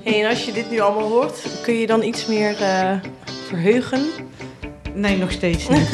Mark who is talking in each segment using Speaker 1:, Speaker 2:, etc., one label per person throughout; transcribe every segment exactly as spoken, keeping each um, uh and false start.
Speaker 1: Hey, en als je dit nu allemaal hoort, kun je dan iets meer uh, verheugen?
Speaker 2: Nee, nog steeds niet.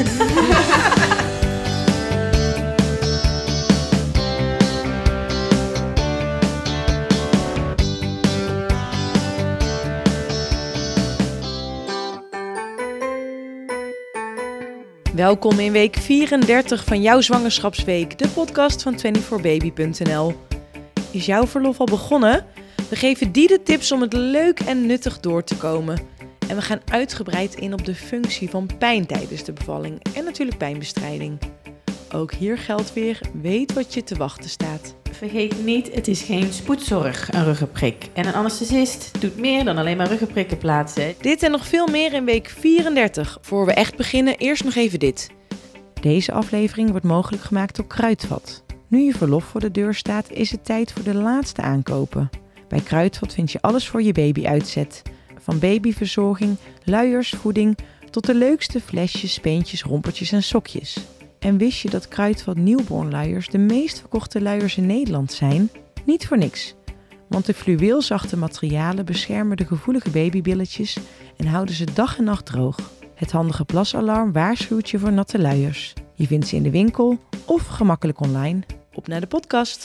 Speaker 1: Welkom in week vierendertig van jouw zwangerschapsweek, de podcast van vierentwintig baby punt n l. Is jouw verlof al begonnen? We geven die de tips om het leuk en nuttig door te komen. En we gaan uitgebreid in op de functie van pijn tijdens de bevalling en natuurlijk pijnbestrijding. Ook hier geldt weer, weet wat je te wachten staat.
Speaker 3: Vergeet niet, het is geen spoedzorg, een ruggenprik. En een anesthesist doet meer dan alleen maar ruggenprikken plaatsen.
Speaker 1: Dit en nog veel meer in week vierendertig. Voor we echt beginnen, eerst nog even dit. Deze aflevering wordt mogelijk gemaakt door Kruidvat. Nu je verlof voor de deur staat, is het tijd voor de laatste aankopen. Bij Kruidvat vind je alles voor je baby uitzet. Van babyverzorging, luiers, voeding, tot de leukste flesjes, speentjes, rompertjes en sokjes. En wist je dat Kruidvat newborn luiers de meest verkochte luiers in Nederland zijn? Niet voor niks. Want de fluweelzachte materialen beschermen de gevoelige babybilletjes en houden ze dag en nacht droog. Het handige plasalarm waarschuwt je voor natte luiers. Je vindt ze in de winkel of gemakkelijk online. Op naar de podcast.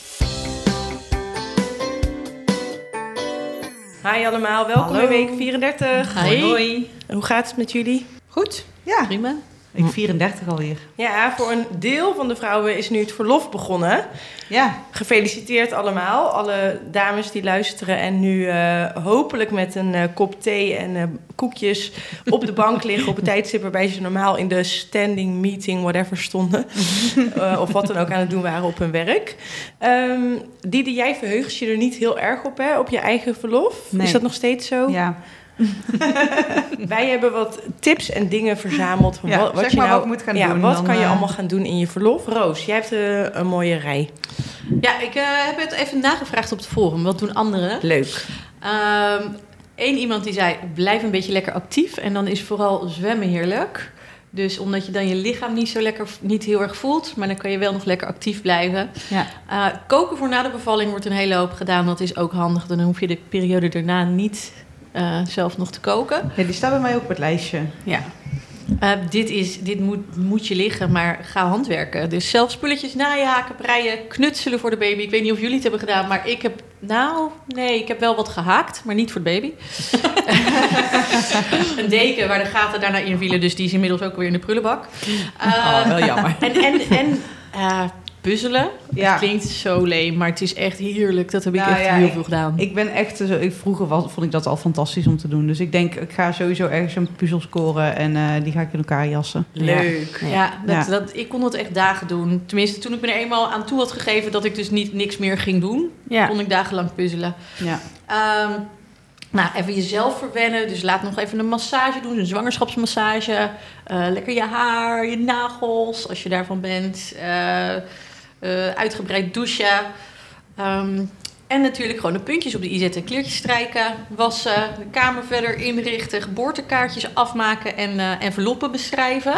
Speaker 1: Hi allemaal, welkom
Speaker 2: Hallo.
Speaker 1: in week vierendertig.
Speaker 3: Hi.
Speaker 2: Hoi.
Speaker 1: Hoe gaat het met jullie?
Speaker 2: Goed? Ja.
Speaker 3: Prima.
Speaker 2: Ik vierendertig alweer.
Speaker 1: Ja, voor een deel van de vrouwen is nu het verlof begonnen.
Speaker 2: Ja.
Speaker 1: Gefeliciteerd allemaal, alle dames die luisteren en nu uh, hopelijk met een uh, kop thee en uh, koekjes op de bank liggen op het tijdstip waarbij ze normaal in de standing meeting, whatever, stonden. uh, of wat dan ook aan het doen waren op hun werk. Um, Diede, jij verheugt je er niet heel erg op, hè, op je eigen verlof?
Speaker 2: Nee.
Speaker 1: Is dat nog steeds zo?
Speaker 2: Ja.
Speaker 1: Wij hebben wat tips en dingen verzameld. Van
Speaker 2: Ja,
Speaker 1: wat, wat
Speaker 2: zeg
Speaker 1: je
Speaker 2: maar
Speaker 1: nou,
Speaker 2: wat ik moet gaan
Speaker 1: ja,
Speaker 2: doen,
Speaker 1: Wat
Speaker 2: dan,
Speaker 1: kan je
Speaker 2: uh...
Speaker 1: allemaal gaan doen in je verlof? Roos, jij hebt uh, een mooie rij.
Speaker 3: Ja, ik uh, heb het even nagevraagd op het forum. Wat doen anderen?
Speaker 1: Leuk.
Speaker 3: Eén um, iemand die zei, blijf een beetje lekker actief. En dan is vooral zwemmen heerlijk. Dus omdat je dan je lichaam niet zo lekker, niet heel erg voelt. Maar dan kan je wel nog lekker actief blijven.
Speaker 2: Ja.
Speaker 3: Uh, koken voor na de bevalling wordt een hele hoop gedaan. Dat is ook handig. Dan hoef je de periode daarna niet uh, zelf nog te koken.
Speaker 2: Ja, die staat bij mij ook op het lijstje.
Speaker 3: Ja. Uh, dit is, dit moet, moet je liggen, maar ga handwerken. Dus zelf spulletjes naaihaken, breien, knutselen voor de baby. Ik weet niet of jullie het hebben gedaan, maar ik heb... Nou, nee, ik heb wel wat gehaakt, maar niet voor de baby. Een deken waar de gaten daarna in vielen, dus die is inmiddels ook weer in de prullenbak. Uh,
Speaker 2: Oh, wel jammer.
Speaker 3: En, en, en uh, puzzelen.
Speaker 2: Ja.
Speaker 3: Het klinkt zo leem, maar het is echt heerlijk. Dat heb ik
Speaker 2: Nou,
Speaker 3: echt
Speaker 2: ja,
Speaker 3: heel
Speaker 2: ik,
Speaker 3: veel gedaan.
Speaker 2: Ik ben echt... Zo, ik, vroeger was, vond ik dat al fantastisch om te doen. Dus ik denk, ik ga sowieso ergens een puzzel scoren en uh, die ga ik in elkaar jassen.
Speaker 1: Leuk.
Speaker 3: Ja, ja, dat,
Speaker 2: Ja.
Speaker 3: Dat, ik kon dat echt dagen doen. Tenminste, toen ik me er eenmaal aan toe had gegeven dat ik dus niet niks meer ging doen,
Speaker 2: Ja.
Speaker 3: kon ik dagenlang puzzelen.
Speaker 2: Ja.
Speaker 3: Um, nou, even jezelf verwennen. Dus laat nog even een massage doen, een zwangerschapsmassage. Uh, lekker je haar, je nagels, als je daarvan bent. Uh, uh, uitgebreid douchen. Um, en natuurlijk gewoon de puntjes op de i zetten, kleertjes strijken, wassen, de kamer verder inrichten, geboortekaartjes afmaken en uh, enveloppen beschrijven.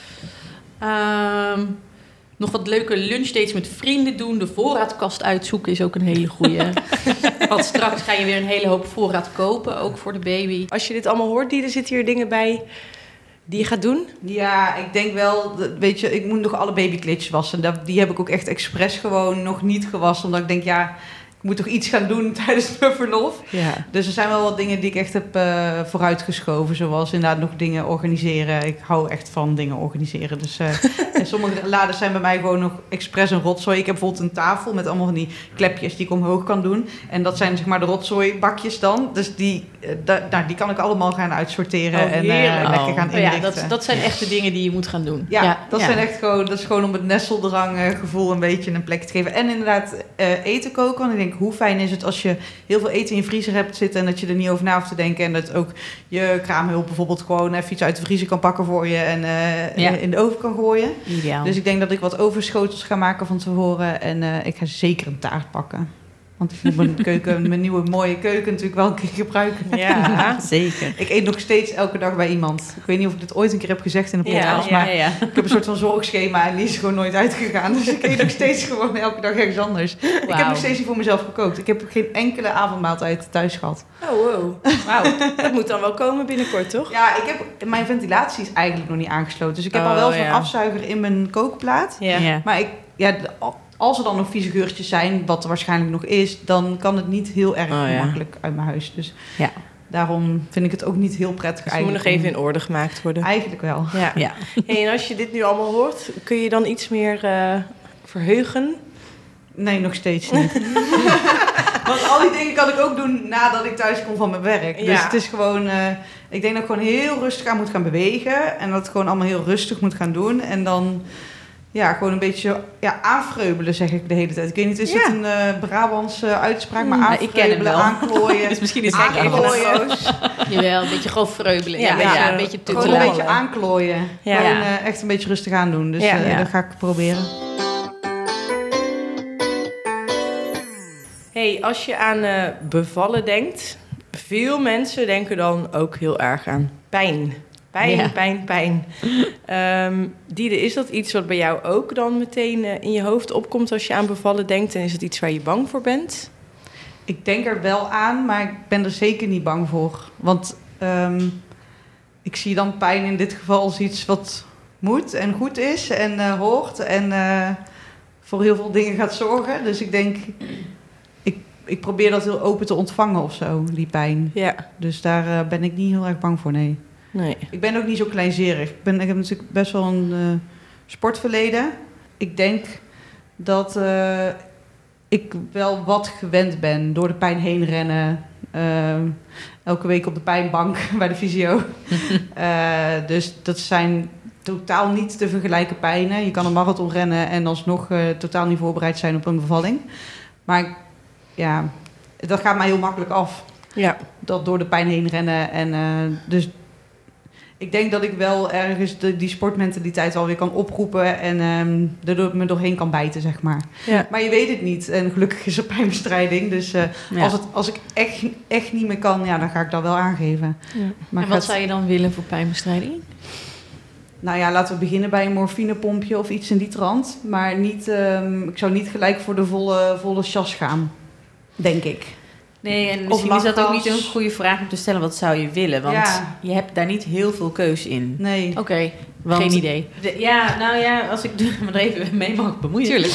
Speaker 3: Um, nog wat leuke lunchdates met vrienden doen. De voorraadkast uitzoeken is ook een hele goeie. Want straks ga je weer een hele hoop voorraad kopen, ook voor de baby.
Speaker 1: Als je dit allemaal hoort, Diede, zitten hier dingen bij die je gaat doen?
Speaker 2: Ja, ik denk wel, weet je, ik moet nog alle babykleedjes wassen. Dat, die heb ik ook echt expres gewoon nog niet gewassen. Omdat ik denk, ja, ik moet toch iets gaan doen tijdens mijn verlof.
Speaker 1: Ja.
Speaker 2: Dus er zijn wel wat dingen die ik echt heb uh, vooruitgeschoven. Zoals inderdaad nog dingen organiseren. Ik hou echt van dingen organiseren. Dus uh, en sommige lades zijn bij mij gewoon nog expres een rotzooi. Ik heb bijvoorbeeld een tafel met allemaal van die klepjes die ik omhoog kan doen. En dat zijn zeg maar de rotzooibakjes dan. Dus die, uh, da, nou, die kan ik allemaal gaan uitsorteren.
Speaker 1: Oh,
Speaker 2: en uh,
Speaker 1: heerlijk.
Speaker 2: lekker gaan
Speaker 3: Oh
Speaker 2: inrichten.
Speaker 3: ja, dat, dat zijn echt de dingen die je moet gaan doen.
Speaker 2: Ja,
Speaker 3: ja
Speaker 2: dat,
Speaker 3: ja.
Speaker 2: Zijn echt gewoon, dat is gewoon om het nesteldrang uh, gevoel een beetje een plek te geven. En inderdaad uh, eten koken. Want ik denk, hoe fijn is het als je heel veel eten in je vriezer hebt zitten en dat je er niet over na hoeft te denken. En dat ook je kraamhulp bijvoorbeeld gewoon even iets uit de vriezer kan pakken voor je en uh,
Speaker 3: Ja.
Speaker 2: in de oven kan gooien.
Speaker 3: Ideaal.
Speaker 2: Dus ik denk dat ik wat overschotels ga maken van tevoren. En uh, ik ga zeker een taart pakken. Want ik moet mijn keuken, mijn nieuwe mooie keuken natuurlijk wel een keer gebruiken.
Speaker 4: Ja, zeker.
Speaker 2: Ik eet nog steeds elke dag bij iemand. Ik weet niet of ik dit ooit een keer heb gezegd in de podcast,
Speaker 4: Ja, ja,
Speaker 2: maar
Speaker 4: ja.
Speaker 2: ik heb een soort van zorgschema en die is gewoon nooit uitgegaan. Dus ik eet nog steeds gewoon elke dag ergens anders. Ik heb nog steeds niet voor mezelf gekookt. Ik heb geen enkele avondmaaltijd thuis gehad.
Speaker 4: Oh, wow. Wauw. Dat moet dan wel komen binnenkort, toch?
Speaker 2: Ja, ik heb, mijn ventilatie is eigenlijk nog niet aangesloten. Dus ik heb
Speaker 4: Oh,
Speaker 2: al wel zo'n
Speaker 4: ja.
Speaker 2: afzuiger in mijn kookplaat.
Speaker 4: Ja.
Speaker 3: Ja.
Speaker 2: Maar ik, ja, de- als er dan nog vieze geurtjes zijn, wat er waarschijnlijk nog is, dan kan het niet heel erg
Speaker 4: Oh, ja.
Speaker 2: makkelijk uit mijn huis. Dus
Speaker 3: Ja.
Speaker 2: daarom vind ik het ook niet heel prettig
Speaker 1: Dus het moet nog
Speaker 2: eigenlijk.
Speaker 1: even in orde gemaakt worden.
Speaker 2: Eigenlijk wel.
Speaker 1: Ja.
Speaker 3: Ja.
Speaker 1: Hey, en als je dit nu allemaal hoort, kun je dan iets meer eh, verheugen?
Speaker 2: Nee, nog steeds niet. Want al die dingen kan ik ook doen nadat ik thuis kom van mijn werk. Dus
Speaker 1: Ja.
Speaker 2: het is gewoon... eh, ik denk dat ik gewoon heel rustig aan moet gaan bewegen. En dat het gewoon allemaal heel rustig moet gaan doen. En dan... Ja, gewoon een beetje ja, aanvreubelen, zeg ik de hele tijd. Ik weet niet, is
Speaker 1: Ja.
Speaker 2: het een eh Brabantse uitspraak? Maar
Speaker 3: Mm,
Speaker 2: aanvreubelen,
Speaker 3: ik ken hem wel.
Speaker 2: aanklooien.
Speaker 3: Dus misschien is
Speaker 2: Kijk
Speaker 3: het
Speaker 2: even
Speaker 3: even
Speaker 2: naar
Speaker 3: Roos. Jawel, een beetje grof vreubelen.
Speaker 1: Ja,
Speaker 3: Ja,
Speaker 1: een
Speaker 3: ja,
Speaker 1: beetje-
Speaker 3: een beetje
Speaker 2: Gewoon
Speaker 3: tuttelen.
Speaker 2: een
Speaker 1: Tuttelen.
Speaker 2: beetje aanklooien.
Speaker 1: Ja.
Speaker 2: Gewoon
Speaker 3: Ja.
Speaker 2: eh, echt een beetje rustig aan doen. Dus
Speaker 1: Ja.
Speaker 2: eh,
Speaker 3: Ja.
Speaker 2: dat ga ik proberen.
Speaker 1: Hey, als je aan eh, bevallen denkt, veel mensen denken dan ook heel erg aan pijn. Pijn,
Speaker 3: Ja.
Speaker 1: pijn, pijn. Ehm Diede, is dat iets wat bij jou ook dan meteen eh, in je hoofd opkomt als je aan bevallen denkt? En is het iets waar je bang voor bent?
Speaker 2: Ik denk er wel aan, maar ik ben er zeker niet bang voor. Want ehm, ik zie dan pijn in dit geval als iets wat moet en goed is en eh, hoort. En eh, voor heel veel dingen gaat zorgen. Dus ik denk, ik, ik probeer dat heel open te ontvangen of zo, die pijn.
Speaker 1: Ja,
Speaker 2: Dus daar eh, ben ik niet heel erg bang voor, nee.
Speaker 1: nee.
Speaker 2: Ik ben ook niet zo kleinzerig. Ik, ben, ik heb natuurlijk best wel een eh, sportverleden. Ik denk dat eh, ik wel wat gewend ben door de pijn heen rennen. eh, elke week op de pijnbank bij de fysio. Eh, dus dat zijn totaal niet te vergelijken pijnen. Je kan een marathon rennen en alsnog eh, totaal niet voorbereid zijn op een bevalling. Maar ik- ja, dat gaat mij heel makkelijk af.
Speaker 1: Ja,
Speaker 2: Dat door de pijn heen rennen. En eh, dus ik denk dat ik wel ergens de, die sportmentaliteit alweer kan oproepen en ehm er door, me doorheen kan bijten, zeg maar.
Speaker 1: ja.
Speaker 2: Maar je weet het niet. En gelukkig is er pijnbestrijding. Dus eh,
Speaker 3: Ja.
Speaker 2: als, het, als ik echt, echt niet meer kan, ja, dan ga ik dat wel aangeven.
Speaker 1: Ja.
Speaker 2: Maar
Speaker 3: En wat
Speaker 2: gaat-
Speaker 3: zou je dan willen voor pijnbestrijding?
Speaker 2: Nou ja, laten we beginnen bij een morfinepompje of iets in die trant. Maar niet, ehm, ik zou niet gelijk voor de volle, volle chas gaan, denk ik.
Speaker 5: Nee, en
Speaker 2: Of
Speaker 5: misschien is dat ook
Speaker 2: lachgas.
Speaker 5: niet een goede vraag om te stellen. Wat zou je willen? Want
Speaker 2: Ja.
Speaker 5: je hebt daar niet heel veel keus in.
Speaker 2: Nee.
Speaker 3: Oké,
Speaker 5: Want
Speaker 3: geen idee.
Speaker 5: de- ja, nou ja, als ik me er even mee mag bemoeien.
Speaker 3: Tuurlijk.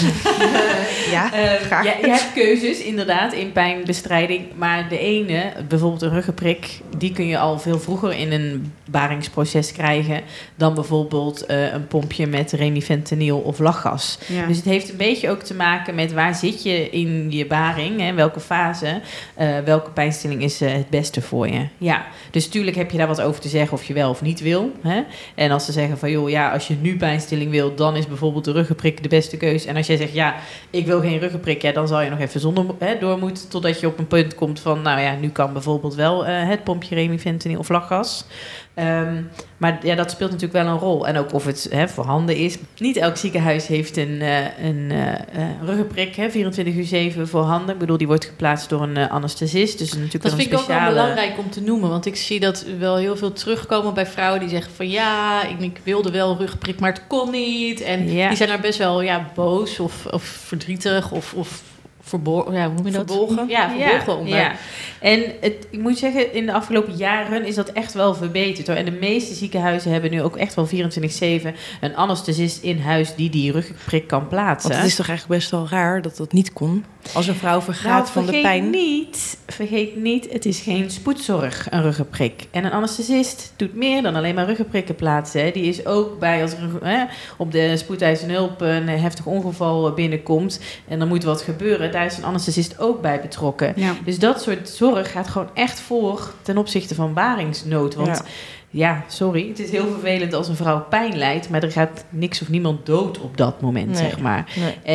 Speaker 2: Ja,
Speaker 5: Eh,
Speaker 2: graag.
Speaker 5: ja, je hebt keuzes inderdaad in pijnbestrijding. Maar de ene, bijvoorbeeld een ruggenprik, die kun je al veel vroeger in een baringsproces krijgen dan bijvoorbeeld eh, een pompje met remifentanil of lachgas.
Speaker 2: Ja.
Speaker 5: Dus het heeft een beetje ook te maken met waar zit je in je baring, hè, welke fase, eh, welke pijnstilling is eh, het beste voor je. Ja, dus tuurlijk heb je daar wat over te zeggen of je wel of niet wil. Hè? En als ze zeggen van joh, ja, als je nu pijnstilling wil, dan is bijvoorbeeld de ruggenprik de beste keus. En als jij zegt ja, ik wil geen ruggenprik, ja, dan zal je nog even zonder hè, door moeten totdat je op een punt komt van nou ja, nu kan bijvoorbeeld wel eh, het pompje remifentanil of lachgas. Ehm, maar ja, dat speelt natuurlijk wel een rol. En ook of het hè, voorhanden is. Niet elk ziekenhuis heeft een, uh, een uh, uh, ruggenprik, hè, vierentwintig uur zeven voorhanden. Ik bedoel, die wordt geplaatst door een uh, anesthesist. Dus natuurlijk
Speaker 3: Dat
Speaker 5: wel
Speaker 3: vind
Speaker 5: een
Speaker 3: ik ook wel
Speaker 5: speciale...
Speaker 3: belangrijk om te noemen. Want ik zie dat wel heel veel terugkomen bij vrouwen die zeggen van ja, ik, ik wilde wel ruggenprik, maar het kon niet. En
Speaker 5: Ja.
Speaker 3: die zijn daar best wel ja, boos of, of verdrietig of, of verborgen. Ja, hoe noem je dat?
Speaker 1: Verbolgen.
Speaker 3: Ja, verbolgen onder.
Speaker 5: Ja. En het, ik moet zeggen, in de afgelopen jaren is dat echt wel verbeterd, hoor. En de meeste ziekenhuizen hebben nu ook echt wel vierentwintig zeven een anesthesist in huis die die ruggenprik kan plaatsen.
Speaker 1: Want het is toch eigenlijk best wel raar dat dat niet kon? Als een vrouw vergaat
Speaker 5: Nou,
Speaker 1: van de
Speaker 5: vergeet
Speaker 1: pijn.
Speaker 5: Niet, vergeet niet, het is geen spoedzorg, een ruggenprik. En een anesthesist doet meer dan alleen maar ruggenprikken plaatsen. Hè. Die is ook bij als er hè, op de spoedeisende hulp een heftig ongeval binnenkomt en er moet wat gebeuren. Daar is een anesthesist ook bij betrokken.
Speaker 2: Ja.
Speaker 5: Dus dat soort zorg gaat gewoon echt voor ten opzichte van baringsnood. Want
Speaker 1: Ja.
Speaker 5: ja, sorry, het is heel vervelend als een vrouw pijn lijdt, maar er gaat niks of niemand dood op dat moment,
Speaker 1: Nee.
Speaker 5: zeg maar.
Speaker 1: Nee.
Speaker 5: En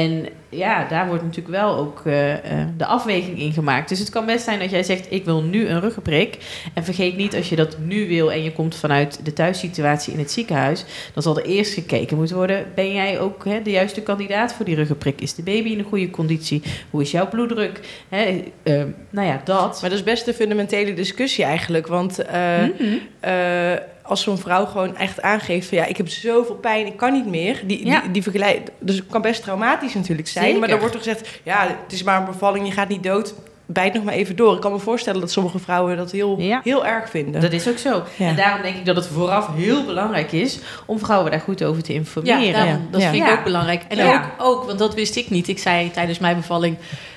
Speaker 5: ja, daar wordt natuurlijk wel ook uh, uh, de afweging in gemaakt. Dus het kan best zijn dat jij zegt, ik wil nu een ruggenprik. En vergeet niet, als je dat nu wil en je komt vanuit de thuissituatie in het ziekenhuis, dan zal er eerst gekeken moeten worden, ben jij ook hè, de juiste kandidaat voor die ruggenprik? Is de baby in een goede conditie? Hoe is jouw bloeddruk? Hè, uh, nou ja, dat.
Speaker 4: Maar dat is best een fundamentele discussie eigenlijk. Want uh, mm-hmm. uh, als zo'n vrouw gewoon echt aangeeft van ja, ik heb zoveel pijn, ik kan niet meer. Die, ja. die, die vergelijk, dus het kan best traumatisch natuurlijk zijn. Zeker. Maar dan wordt er gezegd, ja, het is maar een bevalling, je gaat niet dood. Bijt nog maar even door. Ik kan me voorstellen dat sommige vrouwen dat heel, ja. heel erg vinden.
Speaker 5: Dat is ook zo. Ja. En daarom denk ik dat het vooraf heel belangrijk is om vrouwen daar goed over te informeren.
Speaker 3: Ja, daarom, dat ja. vind ik ook belangrijk. En ja. ook, ook, want dat wist ik niet. Ik zei tijdens mijn bevalling,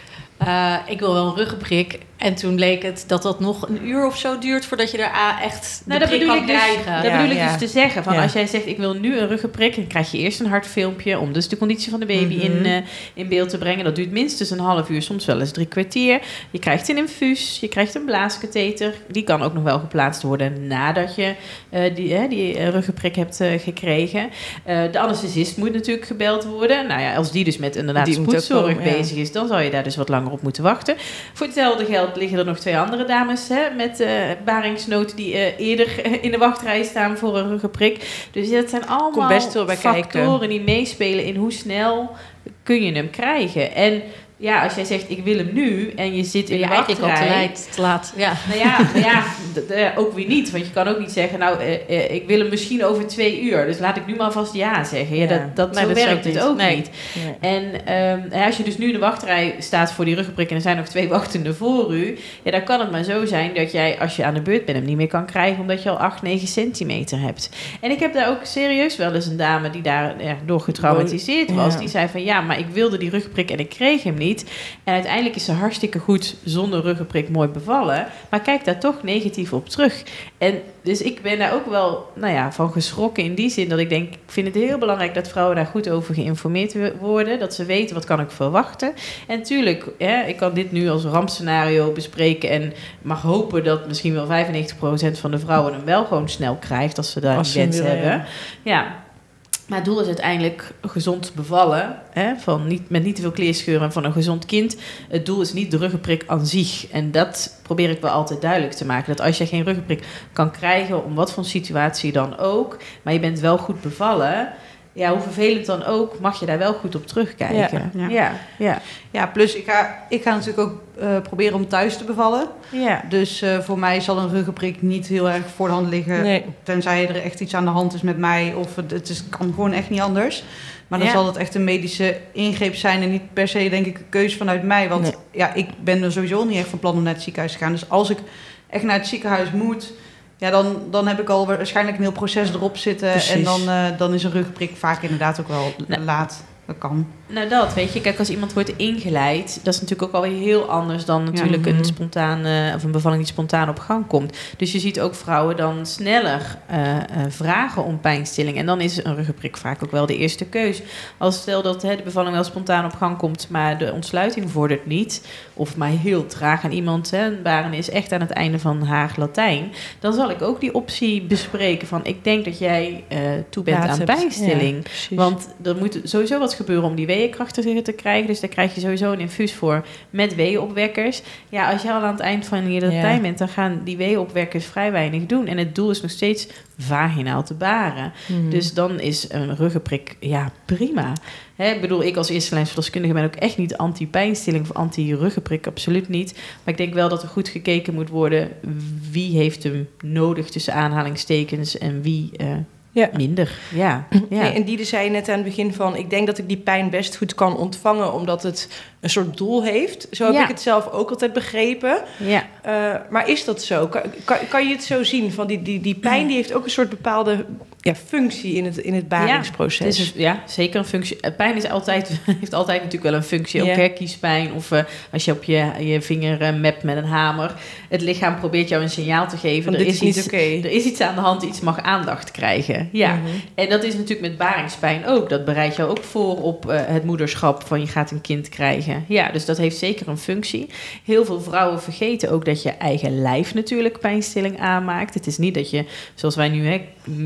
Speaker 3: uh, ik wil wel een ruggenprik. En toen bleek het dat dat nog een uur of zo duurt voordat je er echt de
Speaker 5: nou, dat
Speaker 3: prik
Speaker 5: bedoel
Speaker 3: kan
Speaker 5: ik dus,
Speaker 3: krijgen.
Speaker 5: Dat
Speaker 3: ja,
Speaker 5: bedoel ik
Speaker 3: ja.
Speaker 5: dus te zeggen. Van
Speaker 3: ja.
Speaker 5: Als jij zegt, ik wil nu een ruggenprik, dan krijg je eerst een hartfilmpje om dus de conditie van de baby mm-hmm. in, uh, in beeld te brengen. Dat duurt minstens een half uur, soms wel eens drie kwartier. Je krijgt een infuus, je krijgt een blaaskatheter. Die kan ook nog wel geplaatst worden nadat je uh, die, uh, die uh, ruggenprik hebt uh, gekregen. Uh, de anesthesist moet natuurlijk gebeld worden. Nou ja, als die dus met inderdaad die spoedzorg komen, bezig ja. is, dan zal je daar dus wat langer op moeten wachten. Voor hetzelfde geld liggen er nog twee andere dames hè, met uh, baringsnood die uh, eerder in de wachtrij staan voor een ruggenprik. Dus dat zijn allemaal factoren kijken. Die meespelen in hoe snel kun je hem krijgen. En ja, als jij zegt, ik wil hem nu en je zit in de wachtrij.
Speaker 3: Al te laat, te laat. Ja.
Speaker 5: Nou ja, nou ja d- d- ook weer niet. Want je kan ook niet zeggen, nou, uh, uh, ik wil hem misschien over twee uur. Dus laat ik nu maar vast ja zeggen. Ja, ja. Dat, dat, nee, zo dat werkt het ook nee. niet. Nee. En um, als je dus nu in de wachtrij staat voor die ruggenprik en er zijn nog twee wachtenden voor u, ja, dan kan het maar zo zijn dat jij, als je aan de beurt bent, hem niet meer kan krijgen omdat je al acht, negen centimeter hebt. En ik heb daar ook serieus wel eens een dame die daar ja, door getraumatiseerd was. Ja. Die zei van, ja, maar ik wilde die ruggenprik en ik kreeg hem niet. En uiteindelijk is ze hartstikke goed zonder ruggenprik mooi bevallen. Maar kijk daar toch negatief op terug. En dus ik ben daar ook wel nou ja, van geschrokken in die zin dat ik denk, ik vind het heel belangrijk dat vrouwen daar goed over geïnformeerd worden. Dat ze weten, wat kan ik verwachten. En natuurlijk, hè, ik kan dit nu als rampscenario bespreken en mag hopen dat misschien wel vijfennegentig procent van de vrouwen hem wel gewoon snel krijgt als ze daar een wens hebben. Ja. ja. Maar het doel is uiteindelijk gezond bevallen. Hè, van niet, met niet te veel kleerscheuren van een gezond kind. Het doel is niet de ruggenprik aan zich. En dat probeer ik wel altijd duidelijk te maken. Dat als je geen ruggenprik kan krijgen, om wat voor situatie dan ook, maar je bent wel goed bevallen, ja, hoe vervelend dan ook, mag je daar wel goed op terugkijken.
Speaker 2: Ja, ja.
Speaker 5: ja, ja.
Speaker 2: ja plus ik ga, ik ga natuurlijk ook uh, proberen om thuis te bevallen.
Speaker 5: Ja.
Speaker 2: Dus uh, voor mij zal een ruggenprik niet heel erg voor de hand liggen.
Speaker 4: Nee.
Speaker 2: Tenzij er echt iets aan de hand is met mij. Of het, het is, kan gewoon echt niet anders. Maar dan ja. zal het echt een medische ingreep zijn. En niet per se, denk ik, een keuze vanuit mij. Want nee. ja, ik ben er sowieso niet echt van plan om naar het ziekenhuis te gaan. Dus als ik echt naar het ziekenhuis moet, ja, dan, dan heb ik al waarschijnlijk een heel proces erop zitten. Precies. En dan, uh, dan is een ruggenprik vaak inderdaad ook wel nou, laat. Dat kan.
Speaker 5: Nou, dat, weet je. Kijk, als iemand wordt ingeleid, dat is natuurlijk ook alweer heel anders dan natuurlijk ja. een spontane, of een bevalling die spontaan op gang komt. Dus je ziet ook vrouwen dan sneller uh, uh, vragen om pijnstilling. En dan is een ruggenprik vaak ook wel de eerste keus. Als stel dat hè, de bevalling wel spontaan op gang komt, maar de ontsluiting vordert niet, of maar heel traag en iemand, hè, een baren is echt aan het einde van haar Latijn, dan zal ik ook die optie bespreken van, ik denk dat jij uh, toe bent Laat aan pijnstilling. Ja, want er moet sowieso wat gebeuren om die weeënkrachten te krijgen. Dus daar krijg je sowieso een infuus voor met weeënopwekkers. Ja, als je al aan het eind van je Latijn ja. bent, dan gaan die weeënopwekkers vrij weinig doen. En het doel is nog steeds vaginaal te baren. Mm. Dus dan is een ruggenprik, ja, prima. Hè, ik bedoel, ik als eerste lijnsverloskundige ben ook echt niet anti-pijnstilling of anti-ruggenprik, absoluut niet. Maar ik denk wel dat er goed gekeken moet worden wie heeft hem nodig tussen aanhalingstekens en wie uh, Ja. Minder, ja. ja.
Speaker 4: Nee, en Diede zei net aan het begin van, ik denk dat ik die pijn best goed kan ontvangen, omdat het een soort doel heeft. Zo heb ja. ik het zelf ook altijd begrepen.
Speaker 5: Ja.
Speaker 4: Uh, maar is dat zo? Kan, kan, kan je het zo zien? Van die, die, die pijn die heeft ook een soort bepaalde ja, functie in het, in het baringsproces.
Speaker 5: Ja, dus, ja, zeker een functie. Pijn is altijd, heeft altijd natuurlijk wel een functie. Ook ja. kiespijn of uh, als je op je, je vinger uh, mept met een hamer. Het lichaam probeert jou een signaal te geven.
Speaker 4: Want
Speaker 5: er
Speaker 4: dit
Speaker 5: is,
Speaker 4: is niet
Speaker 5: iets,
Speaker 4: oké.
Speaker 5: Er is iets aan de hand, iets mag aandacht krijgen. Ja, mm-hmm. En dat is natuurlijk met baringspijn ook. Dat bereidt jou ook voor op uh, het moederschap van je gaat een kind krijgen. Ja, dus dat heeft zeker een functie. Heel veel vrouwen vergeten ook dat je eigen lijf natuurlijk pijnstilling aanmaakt. Het is niet dat je, zoals wij nu hè, nuchter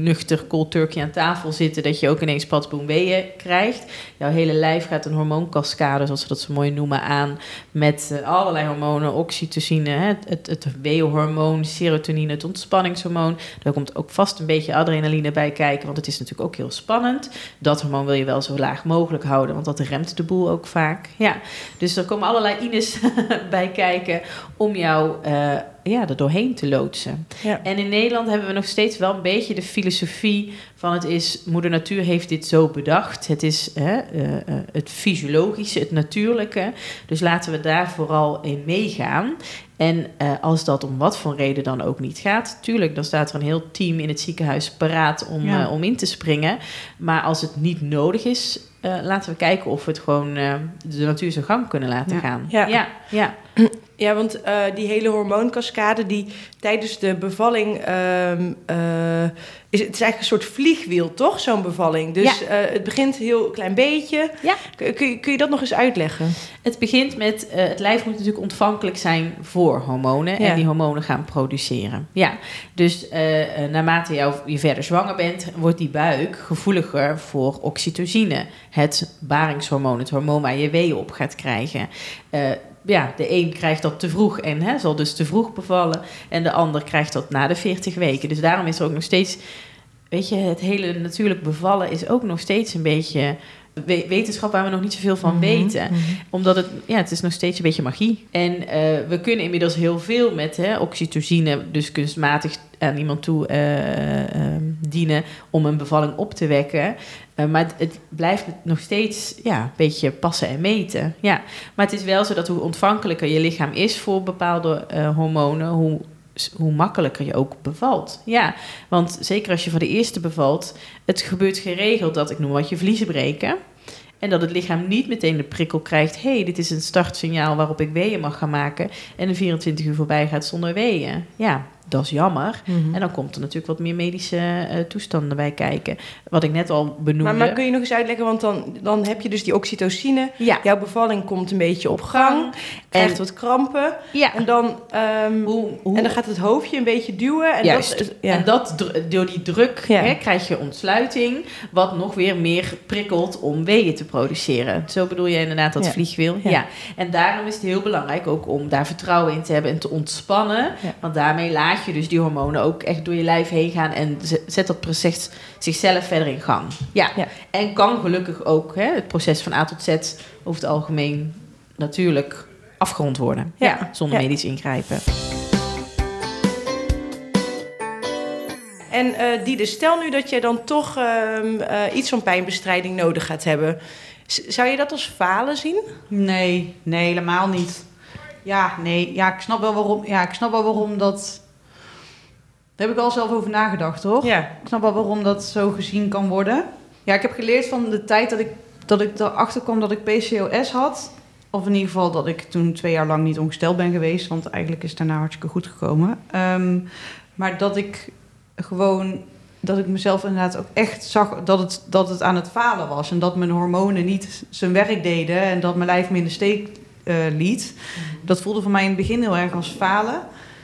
Speaker 5: cold turkey aan tafel zitten, dat je ook ineens padboom weeën krijgt. Jouw hele lijf gaat een hormoonkaskade, zoals ze dat zo mooi noemen, aan met uh, allerlei hormonen, oxytocine, hè, het, het weeënhormoon, serotonine, het ontspanningshormoon. Daar komt ook vast een beetje adrenaline bij kijken, want het is natuurlijk ook heel spannend. Dat hormoon wil je wel zo laag mogelijk houden, want dat remt de boel ook vaak. Ja, dus er komen allerlei ines bij kijken om jou uh, ja, er doorheen te loodsen. Ja. En in Nederland hebben we nog steeds wel een beetje de filosofie van het is, moeder natuur heeft dit zo bedacht. Het is hè, uh, uh, het fysiologische, het natuurlijke. Dus laten we daar vooral in meegaan. En uh, als dat om wat voor reden dan ook niet gaat, tuurlijk, dan staat er een heel team in het ziekenhuis paraat om, ja. uh, om in te springen. Maar als het niet nodig is, uh, laten we kijken of we het gewoon uh, de natuur zijn gang kunnen laten ja. gaan.
Speaker 4: Ja,
Speaker 5: ja. ja.
Speaker 4: Ja, want uh, die hele hormoonkaskade die tijdens de bevalling um, uh, is het is eigenlijk een soort vliegwiel, toch? Zo'n bevalling. Dus ja. uh, het begint heel klein beetje. Ja. Kun, kun, je, kun je dat nog eens uitleggen?
Speaker 5: Het begint met uh, het lijf moet natuurlijk ontvankelijk zijn voor hormonen ja. en die hormonen gaan produceren. Ja, dus uh, naarmate jou, je verder zwanger bent, wordt die buik gevoeliger voor oxytocine, het baringshormoon, het hormoon waar je weeën op gaat krijgen. Uh, Ja, de een krijgt dat te vroeg en hè, zal dus te vroeg bevallen. En de ander krijgt dat na de veertig weken. Dus daarom is er ook nog steeds, weet je, het hele natuurlijk bevallen is ook nog steeds een beetje wetenschap waar we nog niet zoveel van mm-hmm. weten. Mm-hmm. Omdat het, ja, het is nog steeds een beetje magie. En uh, we kunnen inmiddels heel veel met hè, oxytocine, dus kunstmatig aan iemand toe uh, uh, dienen om een bevalling op te wekken. Uh, maar het, het blijft nog steeds ja, een beetje passen en meten. Ja. Maar het is wel zo dat hoe ontvankelijker je lichaam is voor bepaalde uh, hormonen, hoe, hoe makkelijker je ook bevalt. Ja, want zeker als je voor de eerste bevalt, het gebeurt geregeld dat, ik noem wat, je vliezen breken. En dat het lichaam niet meteen de prikkel krijgt, hé, hey, dit is een startsignaal waarop ik weeën mag gaan maken. En de vierentwintig uur voorbij gaat zonder weeën. Ja, dat is jammer. Mm-hmm. En dan komt er natuurlijk wat meer medische uh, toestanden bij kijken. Wat ik net al benoemde.
Speaker 4: Maar, maar kun je nog eens uitleggen, want dan, dan heb je dus die oxytocine. Ja. Jouw bevalling komt een beetje op gang. Krijgt en, wat krampen. Ja. En, dan, um, hoe, hoe, en dan gaat het hoofdje een beetje duwen. En
Speaker 5: juist.
Speaker 4: Dat,
Speaker 5: ja. En dat, door die druk ja. hè, krijg je ontsluiting. Wat nog weer meer prikkelt om weeën te produceren. Zo bedoel je inderdaad dat ja. vliegwiel. Ja. ja. En daarom is het heel belangrijk ook om daar vertrouwen in te hebben en te ontspannen. Ja. Want daarmee laat je dus die hormonen ook echt door je lijf heen gaan en zet dat proces zichzelf verder in gang. Ja. ja. En kan gelukkig ook hè, het proces van A tot Z over het algemeen natuurlijk afgerond worden. Ja. Ja, zonder ja. medisch ingrijpen.
Speaker 4: En uh, Diede, stel nu dat je dan toch uh, uh, iets van pijnbestrijding nodig gaat hebben. Z- zou je dat als falen zien?
Speaker 2: Nee, nee, helemaal niet. Ja, nee, ja, ik snap wel waarom. Ja, ik snap wel waarom dat. Daar heb ik al zelf over nagedacht, hoor. Ja. Ik snap wel waarom dat zo gezien kan worden. Ja, ik heb geleerd van de tijd dat ik dat ik erachter kwam dat ik P C O S had. Of in ieder geval dat ik toen twee jaar lang niet ongesteld ben geweest. Want eigenlijk is het daarna hartstikke goed gekomen. Um, maar dat ik gewoon, dat ik mezelf inderdaad ook echt zag dat het, dat het aan het falen was. En dat mijn hormonen niet zijn werk deden. En dat mijn lijf me in de steek uh, liet. Dat voelde voor mij in het begin heel erg als falen.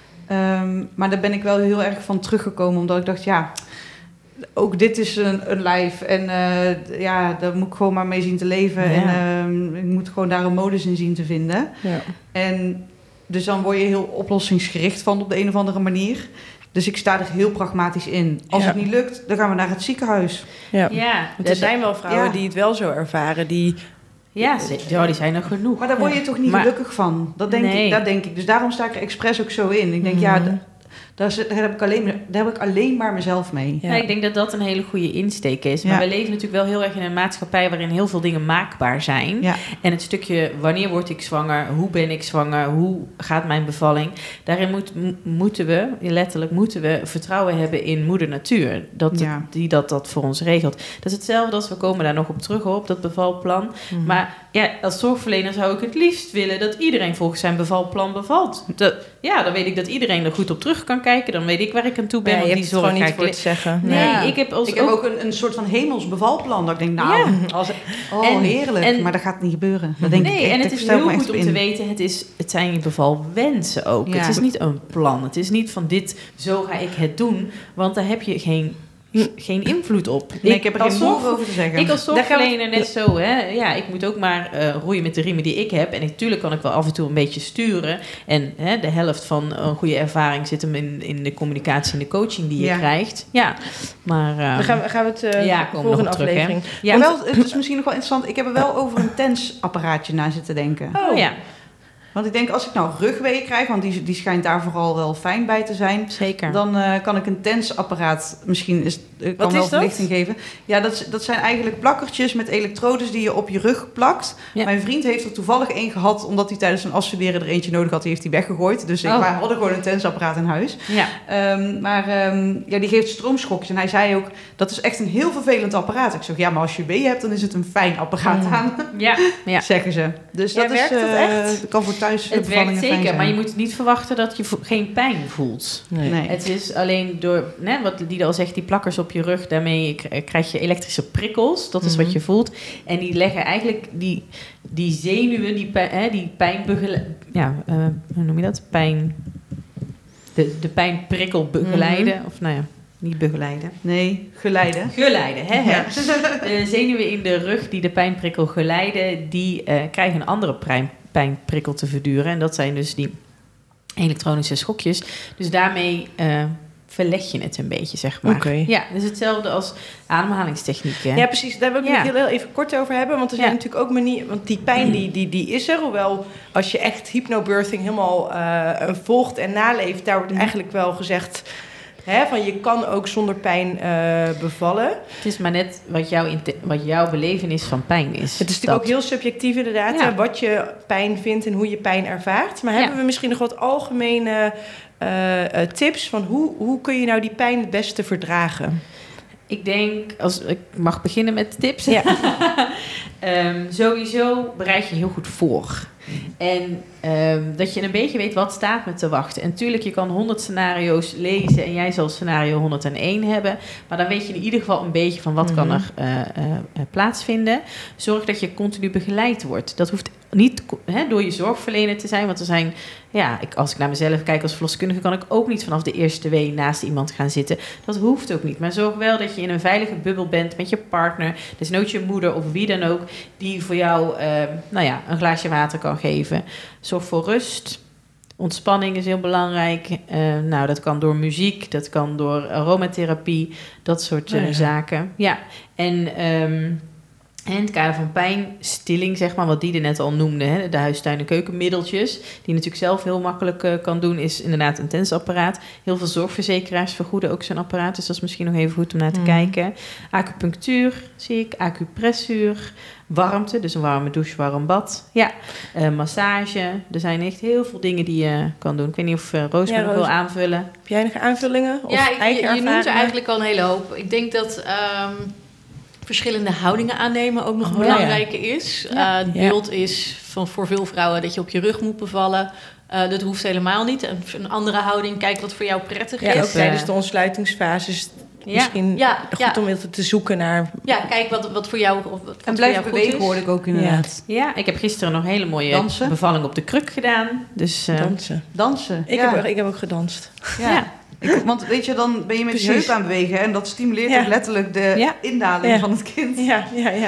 Speaker 2: Um, maar daar ben ik wel heel erg van teruggekomen. Omdat ik dacht, ja, ook dit is een, een lijf. En uh, ja, daar moet ik gewoon maar mee zien te leven. Ja. En uh, ik moet gewoon daar een modus in zien te vinden. Ja. En dus dan word je heel oplossingsgericht van op de een of andere manier. Dus ik sta er heel pragmatisch in. Als ja. het niet lukt, dan gaan we naar het ziekenhuis.
Speaker 4: Ja, ja. Want er zijn wel vrouwen ja. die het wel zo ervaren. Die...
Speaker 5: Ja, ja, die zijn er genoeg.
Speaker 2: Maar daar word je
Speaker 5: ja.
Speaker 2: toch niet maar, gelukkig van? Dat denk, nee. ik, dat denk ik. Dus daarom sta ik er expres ook zo in. Ik denk, mm-hmm. ja... D- Daar, daar, heb ik alleen, daar heb ik alleen maar mezelf mee.
Speaker 5: Ja. Ja, ik denk dat dat een hele goede insteek is. Maar ja. we leven natuurlijk wel heel erg in een maatschappij waarin heel veel dingen maakbaar zijn. Ja. En het stukje, wanneer word ik zwanger? Hoe ben ik zwanger? Hoe gaat mijn bevalling? Daarin moet, m- moeten we, letterlijk moeten we, vertrouwen hebben in moeder natuur. Dat, ja. Die dat, dat voor ons regelt. Dat is hetzelfde als, we komen daar nog op terug op, dat bevalplan. Mm-hmm. Maar ja, als zorgverlener zou ik het liefst willen dat iedereen volgens zijn bevalplan bevalt. Dat, ja, dan weet ik dat iedereen er goed op terug kan kijken, dan weet ik waar ik aan toe ben.
Speaker 4: Ja,
Speaker 5: want
Speaker 4: je
Speaker 5: die
Speaker 4: hebt het gewoon niet voor te zeggen.
Speaker 2: Nee, ja. ik heb, als ik ook... heb ook een, een soort van hemels bevalplan. Dat ik denk, nou, ja. als, oh en, heerlijk. En, maar dat gaat niet gebeuren. Dat denk
Speaker 5: nee,
Speaker 2: ik,
Speaker 5: en
Speaker 2: ik,
Speaker 5: het is heel goed om in. te weten, het, is, het zijn je bevalwensen ook. Ja. Het is niet een plan. Het is niet van dit, zo ga ik het doen. Want daar heb je geen... geen invloed op.
Speaker 2: Nee, ik,
Speaker 5: ik
Speaker 2: heb er
Speaker 5: als
Speaker 2: geen
Speaker 5: zorg-
Speaker 2: moe over te zeggen.
Speaker 5: Ik als
Speaker 4: Daar gaan we-
Speaker 5: zorgverlener net zo, hè. Ja, ik moet ook maar uh, roeien met de riemen die ik heb. En natuurlijk kan ik wel af en toe een beetje sturen. En hè, de helft van een goede ervaring zit hem in, in de communicatie en de coaching die je
Speaker 2: Ja.
Speaker 5: krijgt. Ja, maar... Uh,
Speaker 4: Dan gaan we, gaan we het uh,
Speaker 5: Ja, komen we nog
Speaker 4: volgende
Speaker 5: op terug, hè.
Speaker 4: aflevering.
Speaker 5: ja.
Speaker 2: Maar wel, het is misschien nog wel interessant. Ik heb er wel over een tensapparaatje na zitten denken.
Speaker 5: Oh ja,
Speaker 2: Want ik denk, als ik nou rugweeën krijg, want die, die schijnt daar vooral wel fijn bij te zijn,
Speaker 5: zeker.
Speaker 2: dan uh, kan ik een tensapparaat misschien is, uh, kan
Speaker 4: Wat
Speaker 2: wel
Speaker 4: is dat?
Speaker 2: verlichting geven. Ja, dat, is- dat zijn eigenlijk plakkertjes met elektrodes die je op je rug plakt.
Speaker 5: Ja.
Speaker 2: Mijn vriend heeft er toevallig één gehad, omdat hij tijdens zijn afstuderen er eentje nodig had. Die heeft hij weggegooid. Dus ik,
Speaker 5: Oh.
Speaker 2: wij hadden gewoon een tensapparaat in huis.
Speaker 5: Ja.
Speaker 2: Um, maar um, ja, die geeft stroomschokjes. En hij zei ook, dat is echt een heel vervelend apparaat. Ik zeg, ja, maar als je weeën hebt, dan is het een fijn apparaat
Speaker 4: Mm.
Speaker 2: aan.
Speaker 5: Ja. Ja.
Speaker 2: Zeggen ze. Dus
Speaker 4: Ja,
Speaker 2: dat
Speaker 4: werkt
Speaker 2: is,
Speaker 4: dat
Speaker 2: uh,
Speaker 4: echt?
Speaker 2: dat kan voor thuis
Speaker 5: Het werkt
Speaker 2: bevallingen fijn
Speaker 5: zeker,
Speaker 2: zijn.
Speaker 5: maar je moet niet verwachten dat je vo- geen pijn voelt.
Speaker 4: Nee.
Speaker 2: Nee.
Speaker 5: Het is alleen door, né, wat Liede al zegt, die plakkers op je rug, daarmee k- krijg je elektrische prikkels. Dat is
Speaker 4: Mhm.
Speaker 5: wat je voelt. En die leggen eigenlijk die, die zenuwen, die, pijn, hè, die pijnbegeleiden. Ja, uh, hoe noem je dat? Pijn. De, de pijnprikkel begeleiden.
Speaker 2: Mhm.
Speaker 5: Of nou ja, niet begeleiden.
Speaker 2: Nee, geleiden.
Speaker 5: Geleiden, hè? hè.
Speaker 2: Ja.
Speaker 5: De zenuwen in de rug die de pijnprikkel geleiden, die uh, krijgen een andere pijn, pijnprikkel te verduren. En dat zijn dus die elektronische schokjes. Dus daarmee uh, verleg je het een beetje, zeg maar.
Speaker 4: Oké.
Speaker 5: Ja, dus hetzelfde als ademhalingstechnieken.
Speaker 4: Ja, precies. Daar wil ik
Speaker 5: Ja.
Speaker 4: het heel, heel even kort over hebben. Want er zijn
Speaker 5: Ja.
Speaker 4: natuurlijk ook manieren... Want die pijn die, die, die is er. Hoewel als je echt hypnobirthing helemaal uh, volgt en naleeft... daar wordt
Speaker 5: Mhm.
Speaker 4: eigenlijk wel gezegd... Hè, van je kan ook zonder pijn uh, bevallen.
Speaker 5: Het is maar net wat, jouw inte- wat jouw belevenis van pijn is.
Speaker 4: Het is natuurlijk
Speaker 5: Dat.
Speaker 4: ook heel subjectief inderdaad...
Speaker 5: Ja.
Speaker 4: hè, wat je pijn vindt en hoe je pijn ervaart. Maar
Speaker 5: Ja.
Speaker 4: hebben we misschien nog wat algemene uh, uh, tips... van hoe, hoe kun je nou die pijn het beste verdragen?
Speaker 5: Ik denk, als ik mag beginnen met de tips.
Speaker 4: Ja.
Speaker 5: um, sowieso bereid je heel goed voor. En um, dat je een beetje weet wat staat me te wachten. En natuurlijk, je kan honderd scenario's lezen en jij zal scenario honderdéén hebben. Maar dan weet je in ieder geval een beetje van wat
Speaker 4: Mm-hmm.
Speaker 5: kan er uh, uh, plaatsvinden. Zorg dat je continu begeleid wordt. Dat hoeft niet he, door je zorgverlener te zijn. Want er zijn, ja, ik, als ik naar mezelf kijk als verloskundige, kan ik ook niet vanaf de eerste wee naast iemand gaan zitten. Dat hoeft ook niet. Maar zorg wel dat je in een veilige bubbel bent met je partner. Desnoods je moeder of wie dan ook, die voor jou uh, nou ja, een glaasje water kan geven. Zorg voor rust. Ontspanning is heel belangrijk. Uh, nou, dat kan door muziek, dat kan door aromatherapie, dat soort uh,
Speaker 4: oh ja.
Speaker 5: zaken. Ja, en... Um, in het kader van pijnstilling, zeg maar, wat die er net al noemde, hè, de huistuin- en keukenmiddeltjes, die je natuurlijk zelf heel makkelijk uh, kan doen, is inderdaad een tensapparaat. Heel veel zorgverzekeraars vergoeden ook zo'n apparaat, dus dat is misschien nog even goed om naar te mm. kijken. Acupunctuur zie ik, acupressuur, warmte, dus een warme douche, warm bad. Ja, uh, massage. Er zijn echt heel veel dingen die je kan doen. Ik weet niet of uh, Roos
Speaker 4: ja,
Speaker 5: me nog
Speaker 4: Roos,
Speaker 5: wil aanvullen.
Speaker 4: Heb jij nog aanvullingen? Of
Speaker 3: ja, ik,
Speaker 4: eigen
Speaker 3: je, je noemt er
Speaker 4: ervaringen?
Speaker 3: eigenlijk al een hele hoop. Ik denk dat um, verschillende houdingen aannemen ook nog
Speaker 4: Oh,
Speaker 3: belangrijker ja. is.
Speaker 5: Ja.
Speaker 3: Uh, het beeld is van voor veel vrouwen dat je op je rug moet bevallen. Uh, dat hoeft helemaal niet. Een, een andere houding, kijk wat voor jou prettig
Speaker 4: ja,
Speaker 3: is.
Speaker 4: ook tijdens de ontsluitingsfases.
Speaker 5: Ja.
Speaker 4: Misschien
Speaker 3: ja,
Speaker 4: goed
Speaker 3: ja.
Speaker 4: om even te zoeken naar...
Speaker 3: Ja, kijk wat, wat voor jou wat
Speaker 2: En
Speaker 3: voor
Speaker 2: blijf
Speaker 3: jou goed
Speaker 2: bewegen
Speaker 3: is.
Speaker 2: hoorde ik ook inderdaad.
Speaker 5: Ja. ja, ik heb gisteren nog een hele mooie
Speaker 2: Dansen.
Speaker 5: bevalling op de kruk gedaan. Dus, uh,
Speaker 4: dansen.
Speaker 2: Dansen,
Speaker 4: Ik,
Speaker 2: ja.
Speaker 4: heb, ik heb ook gedanst.
Speaker 2: Ja.
Speaker 5: Ja.
Speaker 2: Ik, want weet je, dan ben je met je
Speaker 4: Precies.
Speaker 2: heup aan het bewegen en dat stimuleert
Speaker 4: Ja.
Speaker 2: ook letterlijk de
Speaker 5: Ja.
Speaker 2: indaling
Speaker 4: Ja.
Speaker 2: van het kind.
Speaker 4: Ja, ja, ja.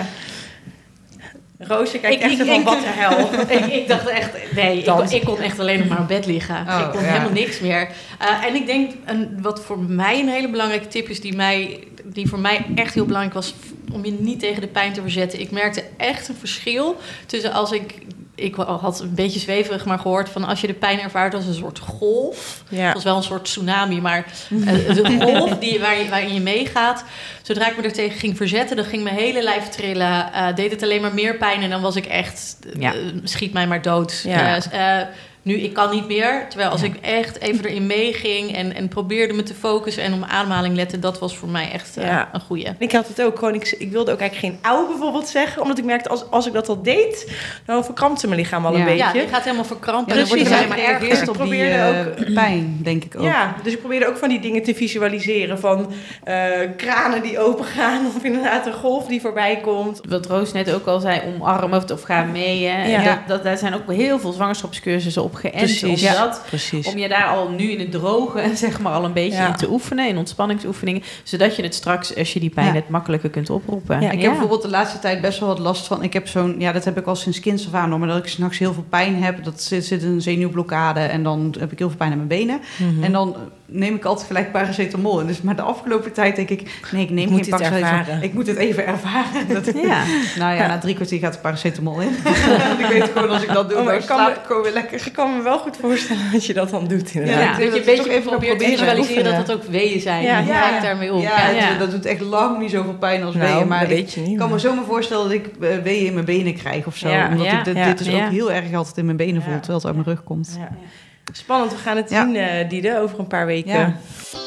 Speaker 4: Roosje kijkt
Speaker 3: Ik-
Speaker 4: echt
Speaker 3: ik-
Speaker 4: van
Speaker 3: ik-
Speaker 4: wat de hel.
Speaker 3: ik, ik dacht echt, nee, ik, kon- ik kon echt alleen nog maar op bed liggen.
Speaker 2: Oh,
Speaker 3: ik kon
Speaker 2: ja.
Speaker 3: helemaal niks meer. Uh, en ik denk, een, wat voor mij een hele belangrijke tip is, die, mij, die voor mij echt heel belangrijk was, om je niet tegen de pijn te verzetten. Ik merkte echt een verschil tussen als ik... Ik had een beetje zweverig maar gehoord van als je de pijn ervaart als een soort golf.
Speaker 4: Ja.
Speaker 3: Het was wel een soort tsunami, maar uh, de golf die, waar je, waarin je meegaat. Zodra ik me er tegen ging verzetten, dan ging mijn hele lijf trillen. Uh, deed het alleen maar meer pijn en dan was ik echt,
Speaker 5: Ja.
Speaker 3: uh, schiet mij maar dood.
Speaker 4: Ja.
Speaker 3: Uh, uh, nu, ik kan niet meer. Terwijl als
Speaker 5: Ja.
Speaker 3: ik echt even erin meeging en, en probeerde me te focussen en om ademhaling letten, dat was voor mij echt uh,
Speaker 4: Ja.
Speaker 3: een goeie.
Speaker 4: Ik had het ook gewoon, ik, ik wilde ook eigenlijk geen oude bijvoorbeeld zeggen, omdat ik merkte als, als ik dat al deed, dan verkrampte mijn lichaam al
Speaker 5: Ja.
Speaker 4: een beetje.
Speaker 3: Ja, je gaat helemaal verkrampen.
Speaker 2: Ja, dan wordt
Speaker 4: Precies,
Speaker 2: het alleen
Speaker 4: ja.
Speaker 2: maar erger
Speaker 4: Ik
Speaker 2: op die
Speaker 4: probeerde
Speaker 2: uh, pijn, denk ik ook.
Speaker 4: Ja, dus ik probeerde ook van die dingen te visualiseren. Van uh, kranen die open gaan. Of inderdaad een golf die voorbij komt.
Speaker 5: Wat Roos net ook al zei, omarmen of ga mee. Hè.
Speaker 4: Ja.
Speaker 5: Dat, dat, daar zijn ook heel veel zwangerschapscursussen op geënt.
Speaker 4: Precies,
Speaker 5: Om,
Speaker 4: ja,
Speaker 5: dat,
Speaker 4: precies.
Speaker 5: om je daar al nu in het droge zeg maar al een beetje
Speaker 4: Ja.
Speaker 5: in te oefenen, in ontspanningsoefeningen, zodat je het straks, als je die pijn
Speaker 2: Ja.
Speaker 5: hebt, makkelijker kunt oproepen.
Speaker 4: Ja,
Speaker 2: Ik heb bijvoorbeeld de laatste tijd best wel wat last van. Ik heb zo'n, ja, dat heb ik al sinds kinds af aan, hoor, maar dat ik 's nachts heel veel pijn heb. Dat zit, zit een zenuwblokkade en dan heb ik heel veel pijn aan mijn benen.
Speaker 4: Mm-hmm.
Speaker 2: En dan neem ik altijd gelijk paracetamol. En dus, maar de afgelopen tijd denk ik, nee, ik neem
Speaker 4: Ik moet
Speaker 2: geen
Speaker 4: dit
Speaker 2: paracetamol.
Speaker 4: ervaren.
Speaker 2: Ik moet het even ervaren. Dat,
Speaker 5: Ja.
Speaker 2: Nou ja,
Speaker 4: Ja.
Speaker 2: na drie kwartier gaat de paracetamol in. Want ik weet gewoon, als ik dat doe,
Speaker 4: Oh, maar
Speaker 2: dan
Speaker 4: ik kan
Speaker 2: slaap
Speaker 4: me-
Speaker 2: ik gewoon weer lekker.
Speaker 4: Ik kan me wel goed voorstellen dat je dat dan doet inderdaad.
Speaker 5: Ja.
Speaker 2: ik
Speaker 3: Dat
Speaker 2: denk
Speaker 3: je een
Speaker 2: dat ik
Speaker 3: beetje
Speaker 2: toch even
Speaker 3: probeert te
Speaker 2: proberen.
Speaker 3: visualiseren dat
Speaker 2: Oefenen.
Speaker 3: dat ook weeën zijn.
Speaker 4: Ja,
Speaker 3: Hoe
Speaker 2: ja.
Speaker 3: ga ik daarmee om?
Speaker 2: Ja,
Speaker 5: Ja.
Speaker 2: het- dat doet echt lang niet zoveel pijn als
Speaker 4: Nou,
Speaker 2: weeën. Maar
Speaker 4: dat
Speaker 2: ik
Speaker 4: weet je niet.
Speaker 2: kan me
Speaker 4: maar-
Speaker 2: zo maar voorstellen dat ik eh, weeën in mijn benen krijg of zo.
Speaker 4: Ja,
Speaker 2: Omdat
Speaker 5: ja,
Speaker 2: ik dit,
Speaker 4: ja,
Speaker 2: dit dus
Speaker 5: ja.
Speaker 2: ook heel erg altijd in mijn benen voelt,
Speaker 4: Ja.
Speaker 2: terwijl het uit mijn rug komt.
Speaker 4: Ja. Spannend, we gaan het
Speaker 2: Ja.
Speaker 4: zien, uh, Diede, over een paar weken.
Speaker 2: Ja.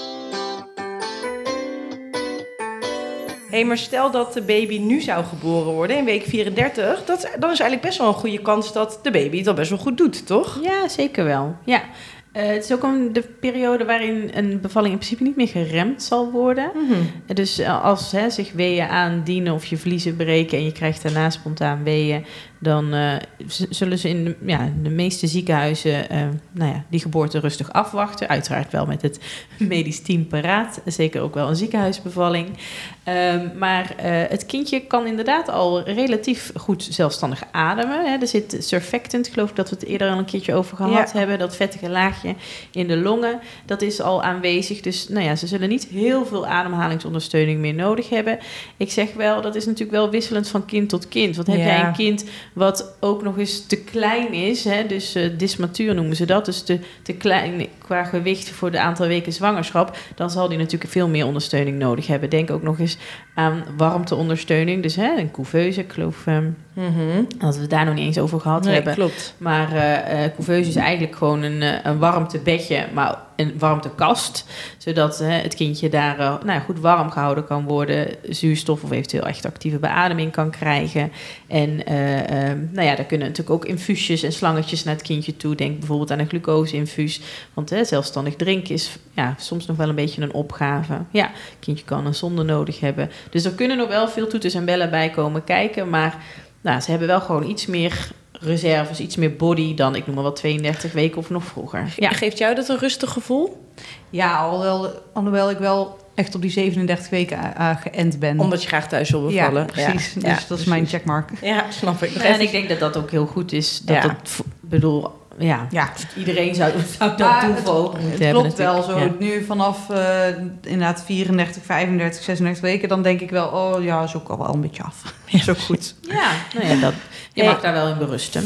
Speaker 4: Hé, hey, maar stel dat de baby nu zou geboren worden in week vierendertig, dat, dan is eigenlijk best wel een goede kans dat de baby het al best wel goed doet, toch?
Speaker 5: Ja, zeker wel. Ja. Uh, het is ook een, de periode waarin een bevalling in principe niet meer geremd zal worden.
Speaker 4: Mm-hmm.
Speaker 5: Dus uh, als hè, zich weeën aandienen of je vliezen breken en je krijgt daarna spontaan weeën, dan uh, z- zullen ze in de, ja, de meeste ziekenhuizen uh, nou ja, die geboorte rustig afwachten. Uiteraard wel met het medisch team paraat. Zeker ook wel een ziekenhuisbevalling. Um, maar uh, het kindje kan inderdaad al relatief goed zelfstandig ademen. Hè. Er zit surfactant, ik geloof dat we het eerder al een keertje over gehad
Speaker 4: Ja.
Speaker 5: hebben. Dat vettige laagje in de longen, dat is al aanwezig. Dus nou ja, ze zullen niet heel veel ademhalingsondersteuning meer nodig hebben. Ik zeg wel, dat is natuurlijk wel wisselend van kind tot kind. Want heb
Speaker 4: Ja.
Speaker 5: jij een kind wat ook nog eens te klein is, hè, dus uh, dysmatuur noemen ze dat, dus te, te klein qua gewicht voor de aantal weken zwangerschap, dan zal die natuurlijk veel meer ondersteuning nodig hebben. Denk ook nog eens aan warmteondersteuning, dus hè, een couveuse, ik geloof um,
Speaker 4: Mm-hmm.
Speaker 5: dat we het daar nog niet eens over gehad
Speaker 4: Nee,
Speaker 5: hebben.
Speaker 4: klopt.
Speaker 5: Maar uh, uh, couveuse is eigenlijk gewoon een, uh, een warmtebedje, maar een warmtekast. Zodat uh, het kindje daar uh, nou ja, goed warm gehouden kan worden. Zuurstof of eventueel echt actieve beademing kan krijgen. En uh, uh, nou ja, daar kunnen natuurlijk ook infuusjes en slangetjes naar het kindje toe. Denk bijvoorbeeld aan een glucose-infuus. Want uh, zelfstandig drinken is ja, soms nog wel een beetje een opgave. Ja, het kindje kan een zonde nodig hebben. Dus er kunnen nog wel veel toeters en bellen bij komen kijken. Maar nou, ze hebben wel gewoon iets meer reserves, iets meer body dan, ik noem maar wat, tweeëndertig weken of nog vroeger.
Speaker 4: Ja. Geeft jou dat een rustig gevoel?
Speaker 2: Ja, alhoewel, alhoewel ik wel echt op die zevenendertig weken uh, geënt ben.
Speaker 4: Omdat je graag thuis wil bevallen.
Speaker 2: Ja, precies.
Speaker 4: Ja,
Speaker 2: Dus
Speaker 4: ja,
Speaker 2: dat is
Speaker 4: precies.
Speaker 2: mijn checkmark.
Speaker 4: Ja, snap ik. Nog
Speaker 5: En
Speaker 4: even-
Speaker 5: ik denk dat dat ook heel goed is. Dat
Speaker 4: Ja.
Speaker 5: het, bedoel, ja,
Speaker 2: Ja.
Speaker 5: iedereen zou, zou dat
Speaker 2: Maar
Speaker 5: doen
Speaker 2: het-
Speaker 5: voor ogen
Speaker 2: Het
Speaker 5: moeten hebben
Speaker 2: klopt wel zo.
Speaker 5: natuurlijk.
Speaker 2: Nu vanaf uh, inderdaad vierendertig, vijfendertig, zesendertig weken, dan denk ik wel, oh ja, is ook al wel een beetje af. Is ook goed.
Speaker 5: Ja, ja, nou ja, dat, je
Speaker 4: Hey.
Speaker 5: mag daar wel in berusten.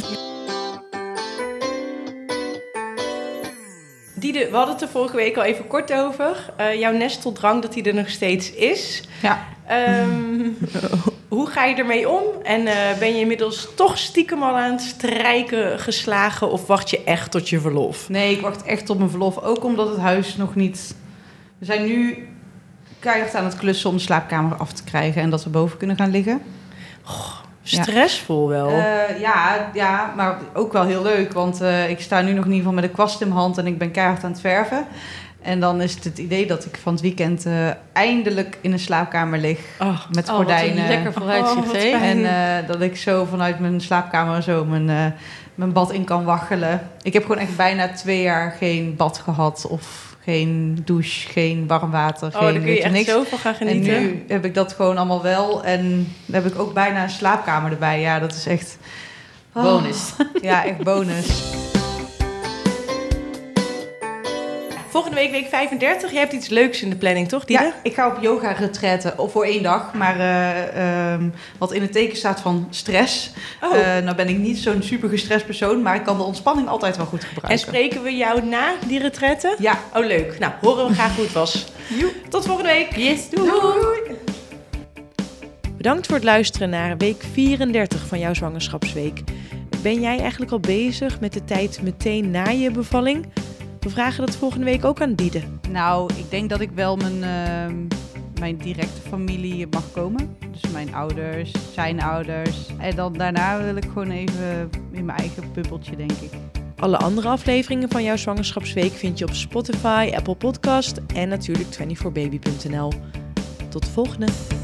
Speaker 4: Diede, we hadden het er vorige week al even kort over. Uh, jouw nesteldrang, dat die er nog steeds is.
Speaker 2: Ja.
Speaker 4: Um, hoe ga je ermee om? En uh, ben je inmiddels toch stiekem al aan het strijken geslagen? Of wacht je echt tot je verlof?
Speaker 2: Nee, ik wacht echt op mijn verlof. Ook omdat het huis nog niet... We zijn nu keihard aan het klussen om de slaapkamer af te krijgen en dat we boven kunnen gaan liggen.
Speaker 4: Stressvol wel.
Speaker 2: Uh, ja, ja, maar ook wel heel leuk. Want uh, ik sta nu nog in ieder geval met een kwast in mijn hand en ik ben keihard aan het verven. En dan is het het idee dat ik van het weekend uh, eindelijk in een slaapkamer lig.
Speaker 4: Oh,
Speaker 2: met
Speaker 3: Oh,
Speaker 2: gordijnen.
Speaker 3: wat een lekker vooruitzicht,
Speaker 4: Oh, wat
Speaker 3: hè?
Speaker 4: fijn.
Speaker 2: En uh, dat ik zo vanuit mijn slaapkamer zo mijn, uh, mijn bad in kan waggelen. Ik heb gewoon echt bijna twee jaar geen bad gehad. Of geen douche, geen warm water.
Speaker 4: oh
Speaker 2: geen,
Speaker 4: dan kun je
Speaker 2: weet
Speaker 4: echt
Speaker 2: niks.
Speaker 4: zoveel gaan
Speaker 2: En
Speaker 4: genieten.
Speaker 2: nu heb ik dat gewoon allemaal wel. En dan heb ik ook bijna een slaapkamer erbij. Ja, dat is echt... Oh,
Speaker 5: Bonus.
Speaker 2: ja, echt bonus.
Speaker 4: Volgende week, week vijfendertig. Jij hebt iets leuks in de planning, toch, Diede?
Speaker 2: Ja, ik ga op yoga-retraite of voor één dag. Maar uh, um, wat in het teken staat van stress.
Speaker 4: Oh.
Speaker 2: Uh, nou ben ik niet zo'n super gestrest persoon. Maar ik kan de ontspanning altijd wel goed gebruiken.
Speaker 4: En spreken we jou na die retraite?
Speaker 2: Ja.
Speaker 4: Oh, leuk. Nou, horen we graag hoe het was. Tot volgende week.
Speaker 5: Yes, doei.
Speaker 4: Doei.
Speaker 1: Bedankt voor het luisteren naar week vierendertig van jouw zwangerschapsweek. Ben jij eigenlijk al bezig met de tijd meteen na je bevalling? We vragen dat volgende week ook aan Diede.
Speaker 2: Nou, ik denk dat ik wel mijn, uh, mijn directe familie mag komen. Dus mijn ouders, zijn ouders. En dan daarna wil ik gewoon even in mijn eigen bubbeltje, denk ik.
Speaker 1: Alle andere afleveringen van jouw zwangerschapsweek vind je op Spotify, Apple Podcast en natuurlijk vierentwintig baby punt n l. Tot de volgende!